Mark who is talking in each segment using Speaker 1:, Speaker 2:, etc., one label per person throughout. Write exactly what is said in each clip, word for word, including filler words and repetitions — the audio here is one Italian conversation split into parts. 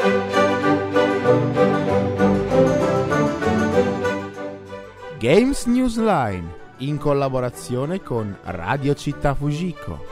Speaker 1: Games Newsline in collaborazione con Radio Città Fujiko.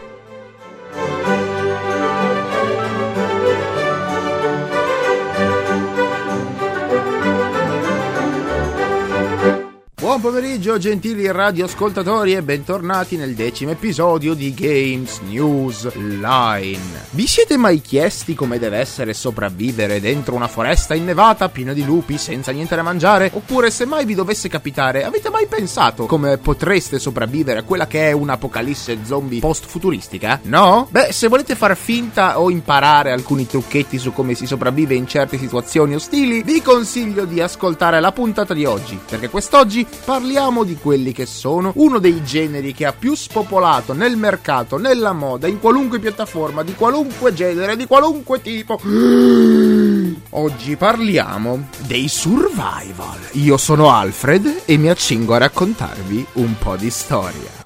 Speaker 1: Buon pomeriggio gentili radioascoltatori e bentornati nel decimo episodio di Games News Line. Vi siete mai chiesti come deve essere sopravvivere dentro una foresta innevata piena di lupi senza niente da mangiare? Oppure se mai vi dovesse capitare, avete mai pensato come potreste sopravvivere a quella che è un'apocalisse zombie post-futuristica? No? Beh, se volete far finta o imparare alcuni trucchetti su come si sopravvive in certe situazioni ostili, vi consiglio di ascoltare la puntata di oggi, perché quest'oggi parliamo di quelli che sono uno dei generi che ha più spopolato nel mercato, nella moda, in qualunque piattaforma, di qualunque genere, di qualunque tipo. Oggi parliamo dei survival. Io sono Alfred e mi accingo a raccontarvi un po' di storia.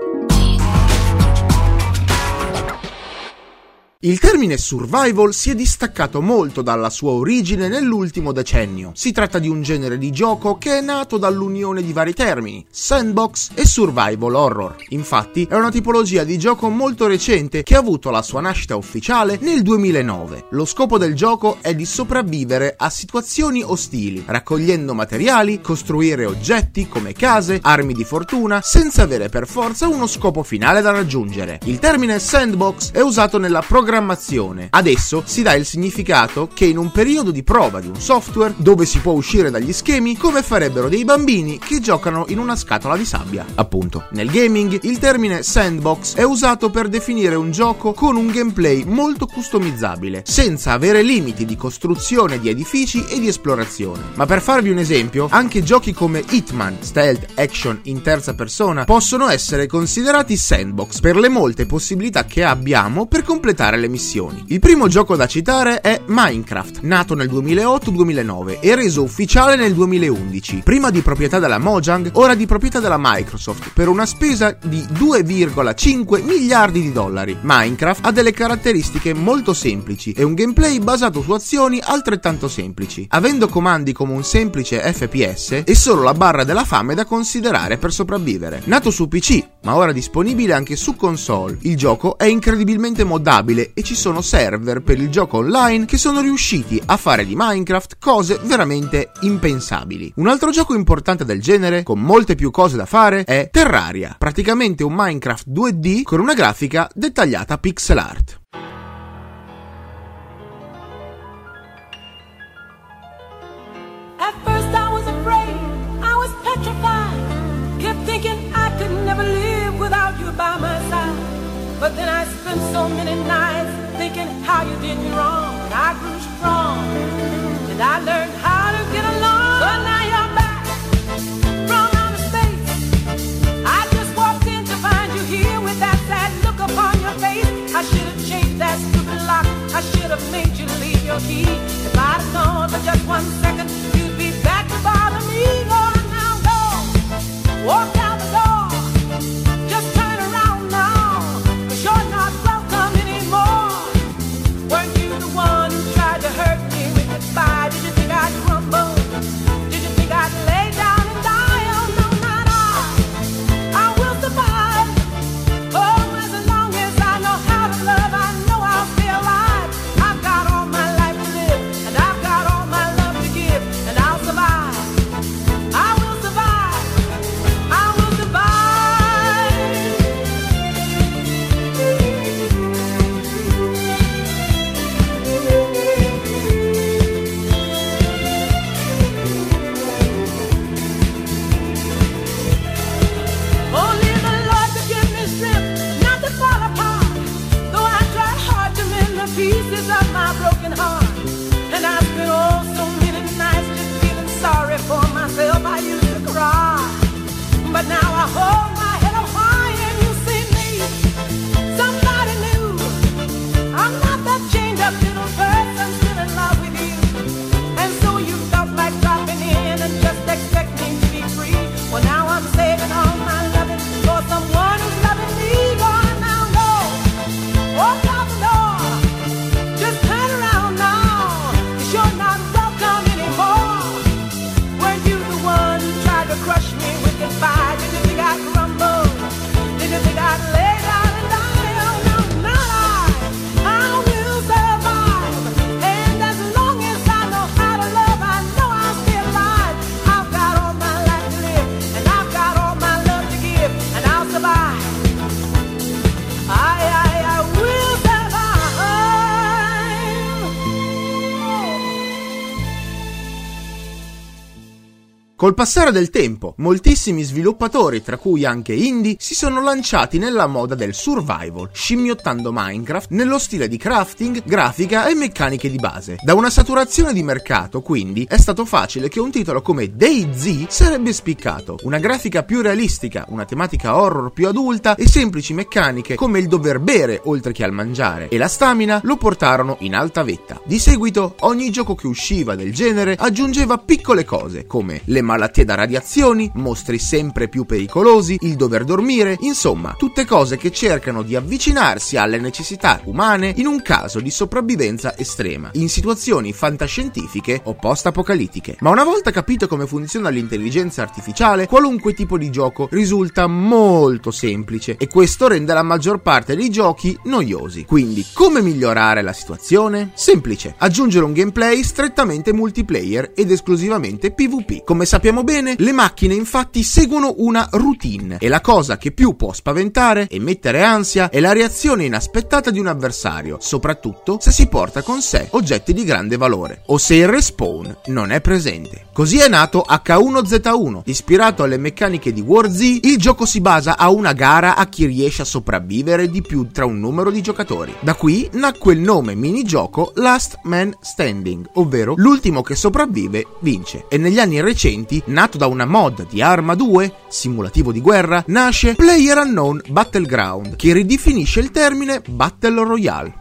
Speaker 1: Il termine survival si è distaccato molto dalla sua origine nell'ultimo decennio. Si tratta di un genere di gioco che è nato dall'unione di vari termini, sandbox e survival horror. Infatti, è una tipologia di gioco molto recente che ha avuto la sua nascita ufficiale nel duemilanove. Lo scopo del gioco è di sopravvivere a situazioni ostili, raccogliendo materiali, costruire oggetti come case, armi di fortuna, senza avere per forza uno scopo finale da raggiungere. Il termine sandbox è usato nella programmazione Programmazione. Adesso si dà il significato che in un periodo di prova di un software dove si può uscire dagli schemi come farebbero dei bambini che giocano in una scatola di sabbia. Appunto, nel gaming il termine sandbox è usato per definire un gioco con un gameplay molto customizzabile, senza avere limiti di costruzione di edifici e di esplorazione. Ma per farvi un esempio, anche giochi come Hitman, stealth action in terza persona, possono essere considerati sandbox per le molte possibilità che abbiamo per completare le missioni. Il primo gioco da citare è Minecraft, nato nel duemilaotto duemilanove e reso ufficiale nel duemilaundici, prima di proprietà della Mojang, ora di proprietà della Microsoft, per una spesa di due virgola cinque miliardi di dollari. Minecraft ha delle caratteristiche molto semplici e un gameplay basato su azioni altrettanto semplici. Avendo comandi come un semplice F P S, è solo la barra della fame da considerare per sopravvivere. Nato su P C, ma ora disponibile anche su console, il gioco è incredibilmente modabile e ci sono server per il gioco online che sono riusciti a fare di Minecraft cose veramente impensabili. Un altro gioco importante del genere, con molte più cose da fare, è Terraria, praticamente un Minecraft due D con una grafica dettagliata pixel art.
Speaker 2: At first I was afraid, I was petrified, kept thinking I could never live without you by my side. But then I spent so many nights thinking how you did me wrong. And I grew strong, and I learned how to get along. So now you're back from outer space. I just walked in to find you here with that sad look upon your face. I should have changed that stupid lock. I should have made you leave your key. If I'd have known for just one second, you'd be back to bother me. Go on now, go. Walk out the door. Just turn around now. You're not welcome anymore. Weren't you the one who tried to hurt me with goodbye? Did you think I'd crumble? Did you think I'd lay down and die? Oh no, not I. I will survive. Oh, as long as I know how to love, I know I'll stay alive. I've got all my life to live, and I've got all my love to give, and I'll survive. I will survive. I will
Speaker 1: Col passare del tempo, moltissimi sviluppatori, tra cui anche indie, si sono lanciati nella moda del survival, scimmiottando Minecraft nello stile di crafting, grafica e meccaniche di base. Da una saturazione di mercato, quindi, è stato facile che un titolo come DayZ sarebbe spiccato. Una grafica più realistica, una tematica horror più adulta e semplici meccaniche come il dover bere oltre che al mangiare e la stamina lo portarono in alta vetta. Di seguito, ogni gioco che usciva del genere aggiungeva piccole cose come le malattie da radiazioni, mostri sempre più pericolosi, il dover dormire, insomma, tutte cose che cercano di avvicinarsi alle necessità umane in un caso di sopravvivenza estrema, in situazioni fantascientifiche o post-apocalittiche. Ma una volta capito come funziona l'intelligenza artificiale, qualunque tipo di gioco risulta molto semplice e questo rende la maggior parte dei giochi noiosi. Quindi, come migliorare la situazione? Semplice, aggiungere un gameplay strettamente multiplayer ed esclusivamente PvP. Come sappiamo bene, le macchine infatti seguono una routine e la cosa che più può spaventare e mettere ansia è la reazione inaspettata di un avversario, soprattutto se si porta con sé oggetti di grande valore o se il respawn non è presente. Così è nato acca uno zeta uno. Ispirato alle meccaniche di WarZ, il gioco si basa a una gara a chi riesce a sopravvivere di più tra un numero di giocatori. Da qui nacque il nome minigioco Last Man Standing, ovvero l'ultimo che sopravvive vince. E negli anni recenti, nato da una mod di Arma due, simulativo di guerra, nasce PlayerUnknown Battleground, che ridefinisce il termine Battle Royale.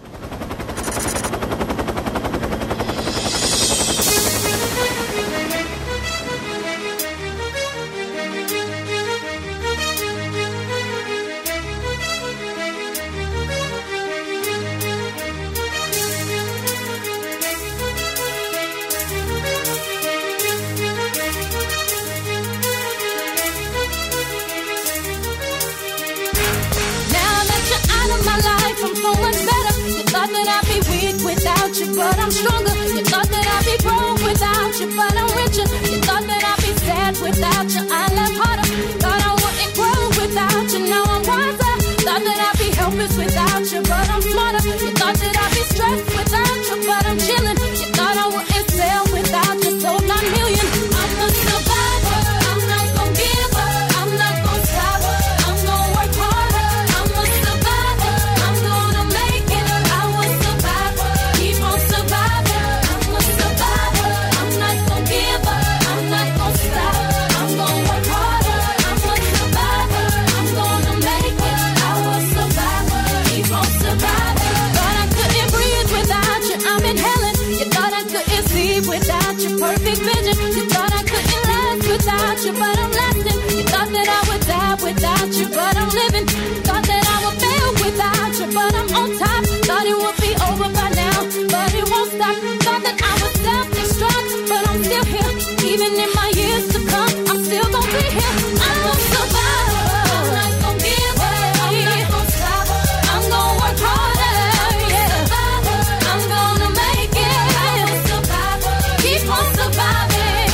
Speaker 2: But I'm stronger. You thought that I'd be broke without you, but I'm richer. You thought that I'd be sad without you, I laugh harder. Thought I wouldn't grow without you, now I'm wiser. Thought that I'd be helpless without you, but I'm smarter. You thought that I'd be stressed without you, but I'm chilling. You thought I wouldn't sell without you, sold nine million. I'm a survivor. I'm not gonna give up. I'm not gonna stop. I'm gonna work harder. I'm a survivor. I'm gonna make it. I was survivor. Keep on surviving. I'm a survivor. I'm not gonna give up. I'm not gonna stop. I'm gonna work harder. I'm a survivor. I'm gonna make it. I was survivor. Keep on surviving. Thought I couldn't breathe without you. I'm inhaling. You thought I couldn't see without your perfect vision. You thought I couldn't last without you, but I'm lasting. You thought that I would die without you, but I'm living. Thought that I would fail without you, but I'm on top. Thought it would be over by now, but it won't stop. Thought that I would self-destruct, but I'm still here. Even in my years to come, I'm still gonna be here. I'm a survivor. I'm not gonna give up. I'm not gonna stop. I'm gonna work harder. Yeah. I'm gonna make it. I'm a survivor. Keep on surviving.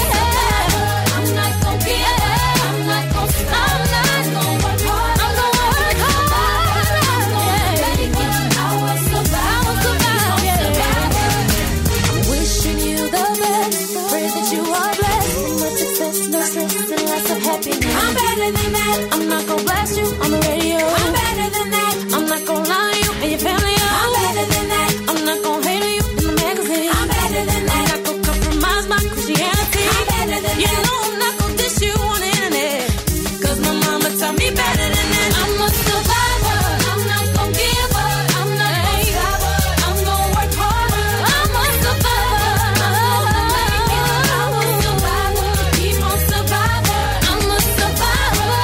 Speaker 2: Yeah. I'm not gonna give up. I'm not gonna stop. I'm not gonna work hard. I'm gonna work hard. I'm gonna make it. I will survive. I will survive. Yeah. I'm wishing you the best. Pray that you are blessed. Much success, no stress, and lots of happiness. I'm better than that. I'm not gonna blast you on the radio. I'm better than that. I'm not gonna lie to you and your family. I'm better than that. I'm not gonna hate on you in the magazine. I'm better than that. I'm not gonna compromise my Christianity. I'm better than you that. You know I'm not gonna dish you on the internet. Cause my mama taught me better than that. I'm a survivor. I'm not gonna give up. I'm not gonna stop. I'm gonna work harder. I'm a survivor. I'm a survivor. Keep on survivor. I'm a survivor.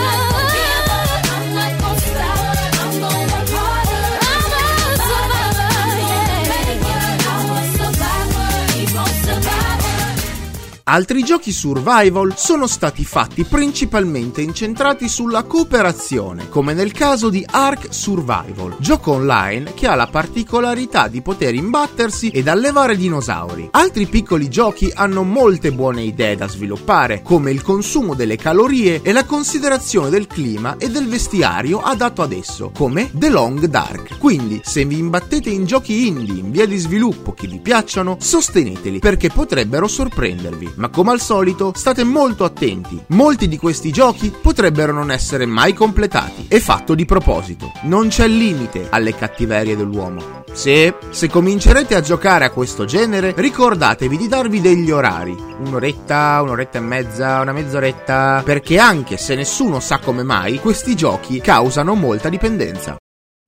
Speaker 2: I'm not gonna give up. I'm not gonna stop. I'm gonna work harder. I'm a survivor. Yeah. I'm a survivor. Keep on survivor.
Speaker 1: Altri giochi survival sono stati fatti principalmente incentrati sulla cooperazione, come nel caso di Ark Survival, gioco online che ha la particolarità di poter imbattersi ed allevare dinosauri. Altri piccoli giochi hanno molte buone idee da sviluppare, come il consumo delle calorie e la considerazione del clima e del vestiario adatto ad esso, come The Long Dark. Quindi, se vi imbattete in giochi indie in via di sviluppo che vi piacciono, sosteneteli perché potrebbero sorprendervi. ma come al solito state molto attenti, molti di questi giochi potrebbero non essere mai completati, è fatto di proposito, non c'è limite alle cattiverie dell'uomo. Se, se comincerete a giocare a questo genere, ricordatevi di darvi degli orari, un'oretta, un'oretta e mezza, una mezz'oretta, perché anche se nessuno sa come mai, questi giochi causano molta dipendenza.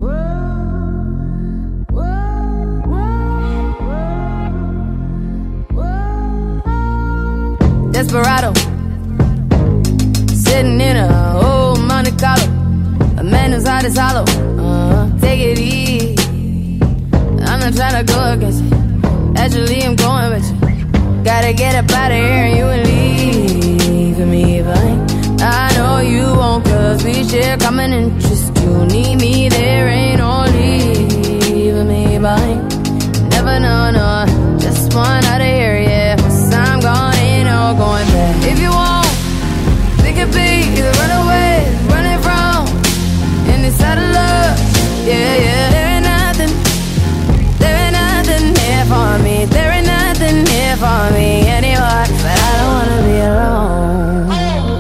Speaker 3: Desperado, sitting in a old Monte Carlo, a man whose heart is hollow. Uh, take it easy. I'm not trying to go against it. Actually, I'm going with you. Gotta get up out of here and you will leave me behind. I know you won't, cause we share common interest. You need me, there ain't no leaving me behind. Never know, no, just one out of here, yeah. Once I'm gone, ain't no going back. If you want, we could be the runaways, running from in this side of love, yeah, yeah. There ain't nothing, there ain't nothing here for me. There ain't nothing here for me anymore, but I don't wanna be alone.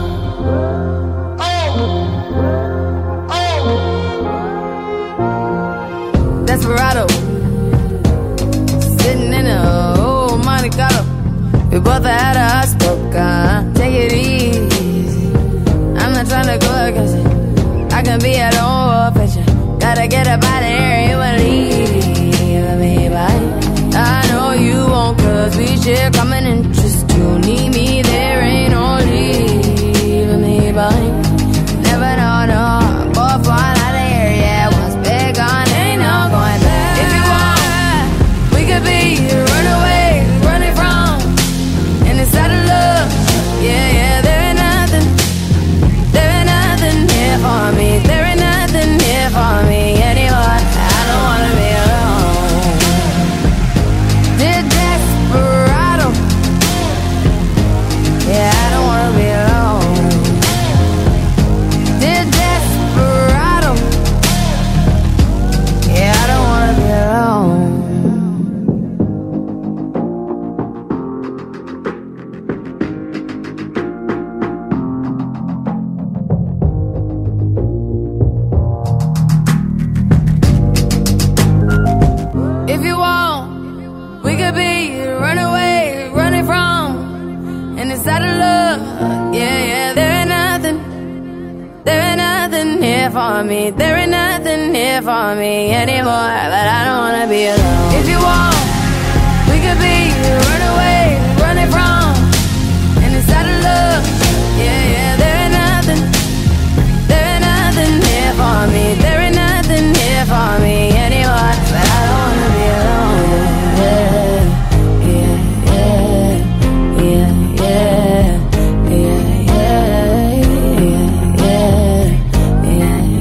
Speaker 3: Desperado, sitting in a old Monte Carlo. We both had a hot spoke, uh, take it easy. I'm not trying to go against it. I can be at home with you. Gotta get up out of here, you will leave me by. I know you won't, cause we share common interest. You need me, there ain't no leaving me behind. Never know, no, both fall out of here, yeah. Once big gone, ain't no going back. If you want, we could be runaways, running from in the side of love, yeah, yeah. There ain't nothing, there ain't nothing here for me. There ain't nothing here for me anymore. I don't wanna be alone. Dear desperado, yeah, I don't wanna be alone. Dear desperado, yeah, I don't wanna be alone. If you want, we could be runaways, running from in the side of love, yeah, yeah. There ain't nothing, there ain't nothing here for me. There ain't nothing here for me anymore, but I don't wanna be alone. If you want, we could be runaways, running from in the side of love, yeah, yeah. There ain't nothing, there ain't nothing here for me. There ain't nothing here for me anymore, but I don't wanna be alone. Yeah, yeah, yeah, yeah, yeah, yeah, yeah, yeah,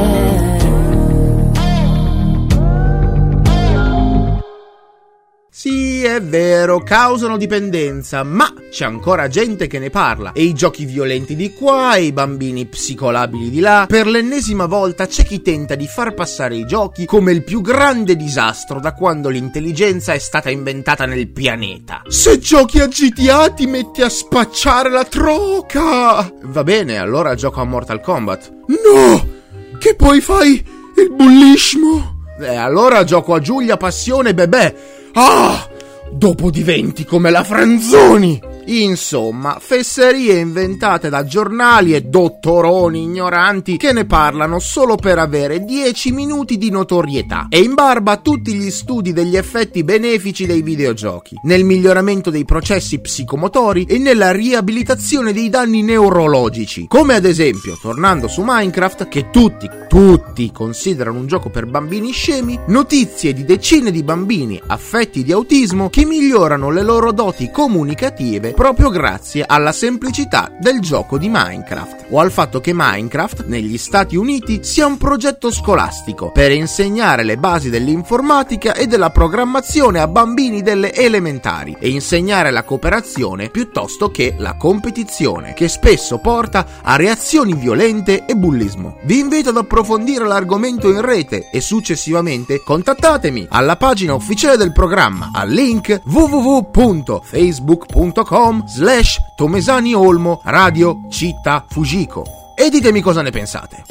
Speaker 3: yeah.
Speaker 1: Sì, è vero, causano dipendenza, ma c'è ancora gente che ne parla, e i giochi violenti di qua, e i bambini psicolabili di là. Per l'ennesima volta c'è chi tenta di far passare i giochi come il più grande disastro da quando l'intelligenza è stata inventata nel pianeta. Se giochi a G T A ti metti a spacciare la troca! Va bene, allora gioco a Mortal Kombat. No! Che poi fai il bullismo? Eh, allora gioco a Giulia Passione Bebè. Ah! Dopo diventi come la Franzoni! Insomma, fesserie inventate da giornali e dottoroni ignoranti che ne parlano solo per avere dieci minuti di notorietà, e in barba a tutti gli studi degli effetti benefici dei videogiochi, nel miglioramento dei processi psicomotori e nella riabilitazione dei danni neurologici, come ad esempio, tornando su Minecraft, che tutti, tutti considerano un gioco per bambini scemi, notizie di decine di bambini affetti di autismo che migliorano le loro doti comunicative proprio grazie alla semplicità del gioco di Minecraft, o al fatto che Minecraft negli Stati Uniti sia un progetto scolastico per insegnare le basi dell'informatica e della programmazione a bambini delle elementari e insegnare la cooperazione piuttosto che la competizione, che spesso porta a reazioni violente e bullismo. Vi invito ad approfondire l'argomento in rete e successivamente contattatemi alla pagina ufficiale del programma al link w w w punto facebook punto com com slash Tomesani Olmo Radio Città Fujiko e ditemi cosa ne pensate.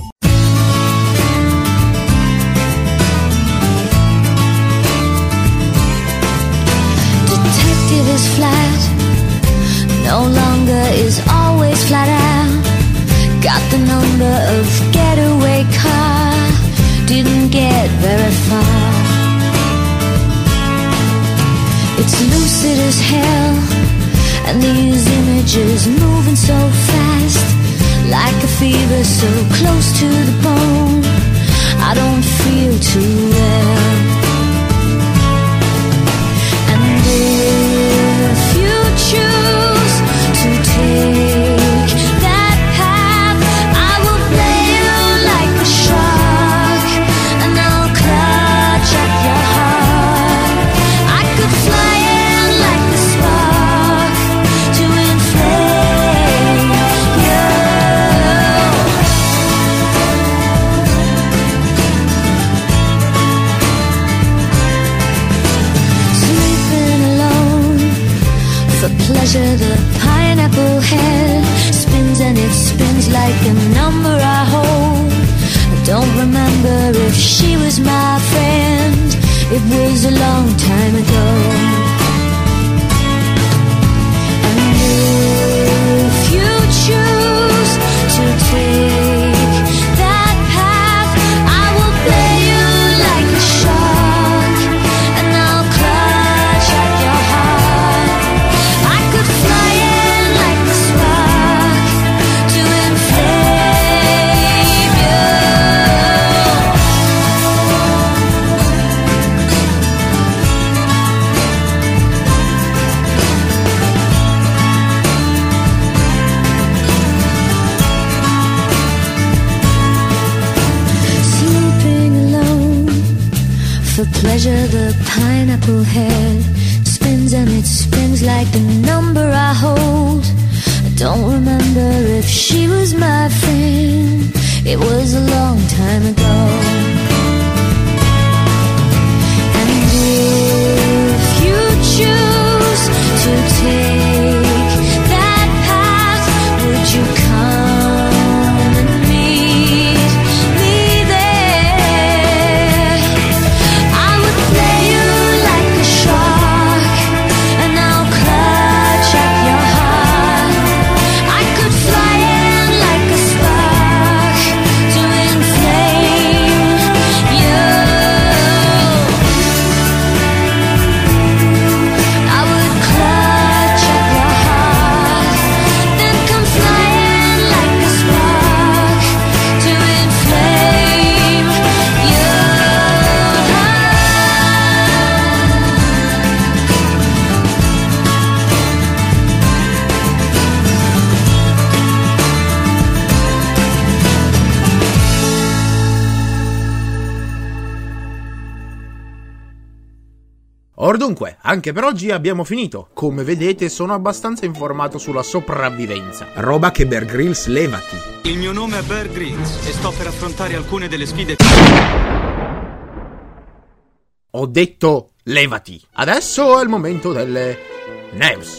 Speaker 4: Detective is flat, no longer is always flat out. Got the number of getaway car, didn't get very far. It's lucid as hell, and these images moving so fast, like a fever so close to the bone, I don't feel too well. And if you choose to take that path, I will play you like a shark, and I'll clutch at your heart. I could fly in like a spark to inflame you. Sleeping alone for pleasure, the pineapple head spins and it spins like a number I hold. I don't remember if she was my friend, it was a long time ago. And if you choose to take that path, I will play you like a shark, and I'll clutch at your heart. I could fly in like a spark to inflame you. Sleeping alone for pleasure, the pineapple head spins and it spins like the number I hold. I don't remember if she was my friend, it was a long time ago. And if you choose to take that path, would you come and meet me there? I would play you like a shark, and I'll clutch at your heart. I could fly in like a spark to inflame you. I would clutch at your heart, then come flying like a spark to inflame you.
Speaker 1: Or dunque, anche per oggi abbiamo finito. Come vedete sono abbastanza informato sulla sopravvivenza. Roba che Bear Grylls levati.
Speaker 5: Il mio nome è Bear Grylls e sto per affrontare alcune delle sfide.
Speaker 1: Ho detto levati. Adesso è il momento delle news.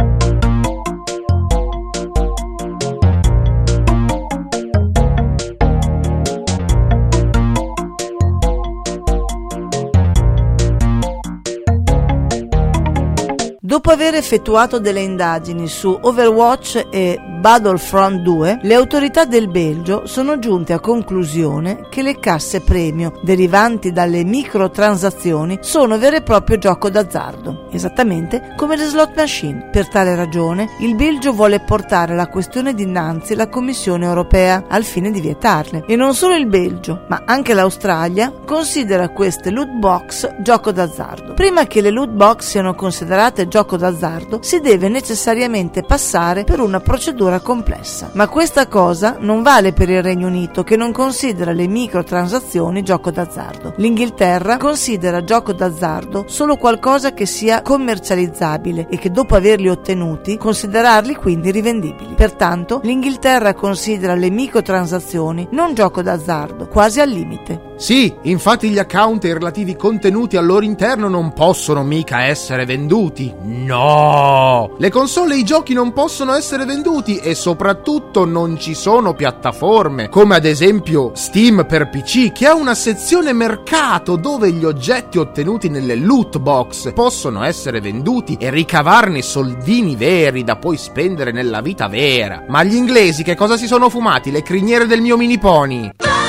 Speaker 6: Dopo aver effettuato delle indagini su Overwatch e Battlefront due, le autorità del Belgio sono giunte a conclusione che le casse premio derivanti dalle microtransazioni sono vero e proprio gioco d'azzardo, esattamente come le slot machine. Per tale ragione, il Belgio vuole portare la questione dinanzi alla Commissione europea al fine di vietarle. E non solo il Belgio, ma anche l'Australia considera queste loot box gioco d'azzardo. Prima che le loot box siano considerate gioco d'azzardo, si deve necessariamente passare per una procedura complessa. Ma questa cosa non vale per il Regno Unito, che non considera le microtransazioni gioco d'azzardo. L'Inghilterra considera gioco d'azzardo solo qualcosa che sia commercializzabile e che dopo averli ottenuti considerarli quindi rivendibili. Pertanto l'Inghilterra considera le microtransazioni non gioco d'azzardo, quasi al limite.
Speaker 1: Sì, infatti gli account e i relativi contenuti al loro interno non possono mica essere venduti. No! Le console e i giochi non possono essere venduti e soprattutto non ci sono piattaforme, come ad esempio Steam per P C, che ha una sezione mercato dove gli oggetti ottenuti nelle loot box possono essere venduti e ricavarne soldini veri da poi spendere nella vita vera. Ma gli inglesi che cosa si sono fumati? Le criniere del mio mini pony?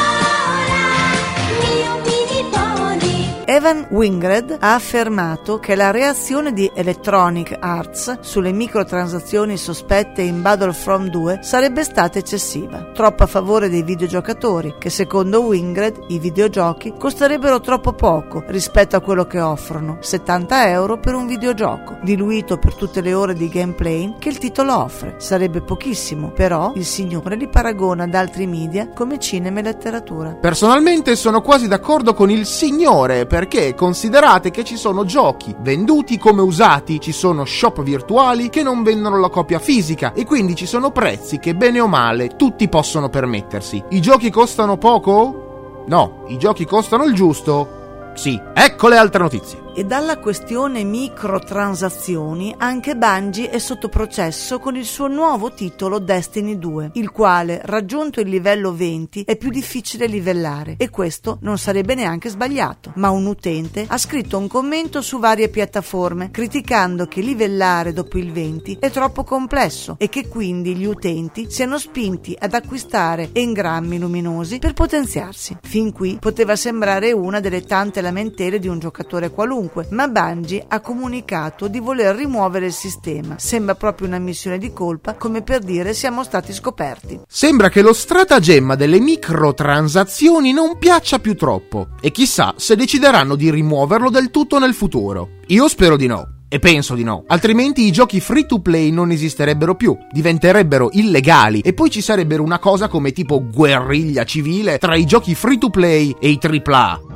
Speaker 6: Evan Wingred ha affermato che la reazione di Electronic Arts sulle microtransazioni sospette in Battlefront due sarebbe stata eccessiva, troppo a favore dei videogiocatori, che secondo Wingred i videogiochi costerebbero troppo poco rispetto a quello che offrono, settanta euro per un videogioco, diluito per tutte le ore di gameplay che il titolo offre. Sarebbe pochissimo, però il signore li paragona ad altri media come cinema e letteratura.
Speaker 1: Personalmente sono quasi d'accordo con il signore, perché considerate che ci sono giochi venduti come usati, ci sono shop virtuali che non vendono la copia fisica e quindi ci sono prezzi che bene o male tutti possono permettersi. I giochi costano poco? No, i giochi costano il giusto? Sì. Ecco le altre notizie.
Speaker 6: E dalla questione microtransazioni anche Bungie è sotto processo con il suo nuovo titolo Destiny due, il quale, raggiunto il livello venti, è più difficile livellare, e questo non sarebbe neanche sbagliato. Ma un utente ha scritto un commento su varie piattaforme criticando che livellare dopo il venti è troppo complesso e che quindi gli utenti siano spinti ad acquistare engrammi luminosi per potenziarsi. Fin qui poteva sembrare una delle tante lamentele di un giocatore qualunque, ma Bungie ha comunicato di voler rimuovere il sistema. Sembra proprio una missione di colpa, come per dire siamo stati scoperti.
Speaker 1: Sembra che lo stratagemma delle microtransazioni non piaccia più troppo e chissà se decideranno di rimuoverlo del tutto nel futuro. Io spero di no. E penso di no, altrimenti i giochi free to play non esisterebbero più, diventerebbero illegali e poi ci sarebbero una cosa come tipo guerriglia civile tra i giochi free to play e i tripla A.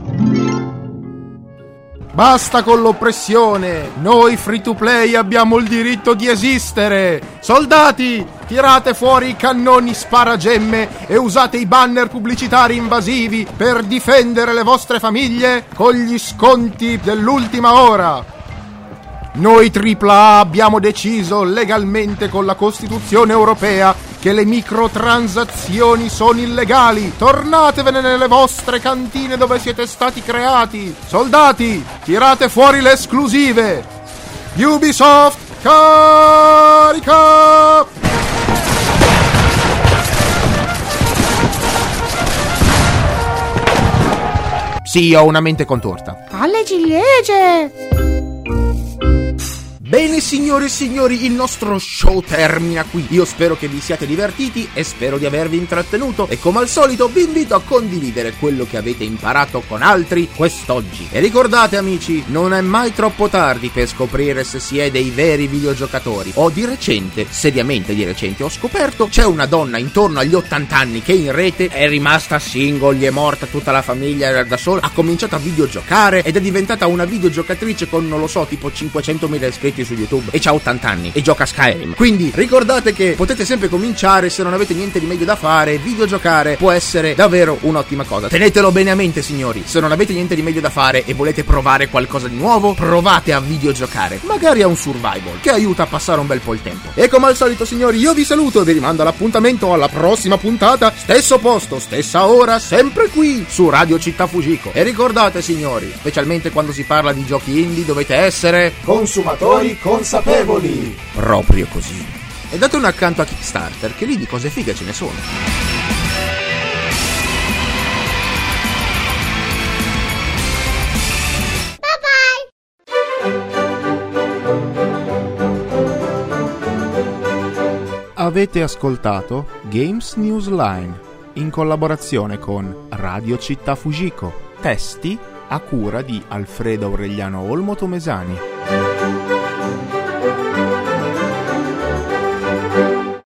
Speaker 1: Basta con l'oppressione, noi free to play abbiamo il diritto di esistere. Soldati, tirate fuori i cannoni sparagemme e usate i banner pubblicitari invasivi per difendere le vostre famiglie con gli sconti dell'ultima ora. Noi tripla A abbiamo deciso legalmente con la Costituzione europea che le microtransazioni sono illegali. Tornatevene nelle vostre cantine dove siete stati creati. Soldati, tirate fuori le esclusive. Ubisoft, carica! Sì, ho una mente contorta.
Speaker 7: Alle ciliegie!
Speaker 1: Bene signore e signori, il nostro show termina qui. Io spero che vi siate divertiti e spero di avervi intrattenuto e come al solito vi invito a condividere quello che avete imparato con altri quest'oggi. E ricordate amici, non è mai troppo tardi per scoprire se si è dei veri videogiocatori. Ho di recente, seriamente di recente, ho scoperto c'è una donna intorno agli ottanta anni che in rete è rimasta single, gli è morta tutta la famiglia, era da sola, ha cominciato a videogiocare ed è diventata una videogiocatrice con non lo so tipo cinquecentomila iscritti su YouTube e c'ha ottanta anni e gioca a Skyrim. Quindi ricordate che potete sempre cominciare se non avete niente di meglio da fare. Videogiocare può essere davvero un'ottima cosa. Tenetelo bene a mente signori, se non avete niente di meglio da fare e volete provare qualcosa di nuovo, provate a videogiocare, magari a un survival che aiuta a passare un bel po' il tempo. E come al solito signori, io vi saluto e vi rimando all'appuntamento alla prossima puntata, stesso posto, stessa ora, sempre qui su Radio Città Fujiko. E ricordate signori, specialmente quando si parla di giochi indie, dovete essere consumatori consapevoli. Proprio così. E date un accanto a Kickstarter, che lì di cose fighe ce ne sono. Avete ascoltato Games News Line in collaborazione con Radio Città Fujiko. Testi a cura di Alfredo Aureliano Olmo Tomesani.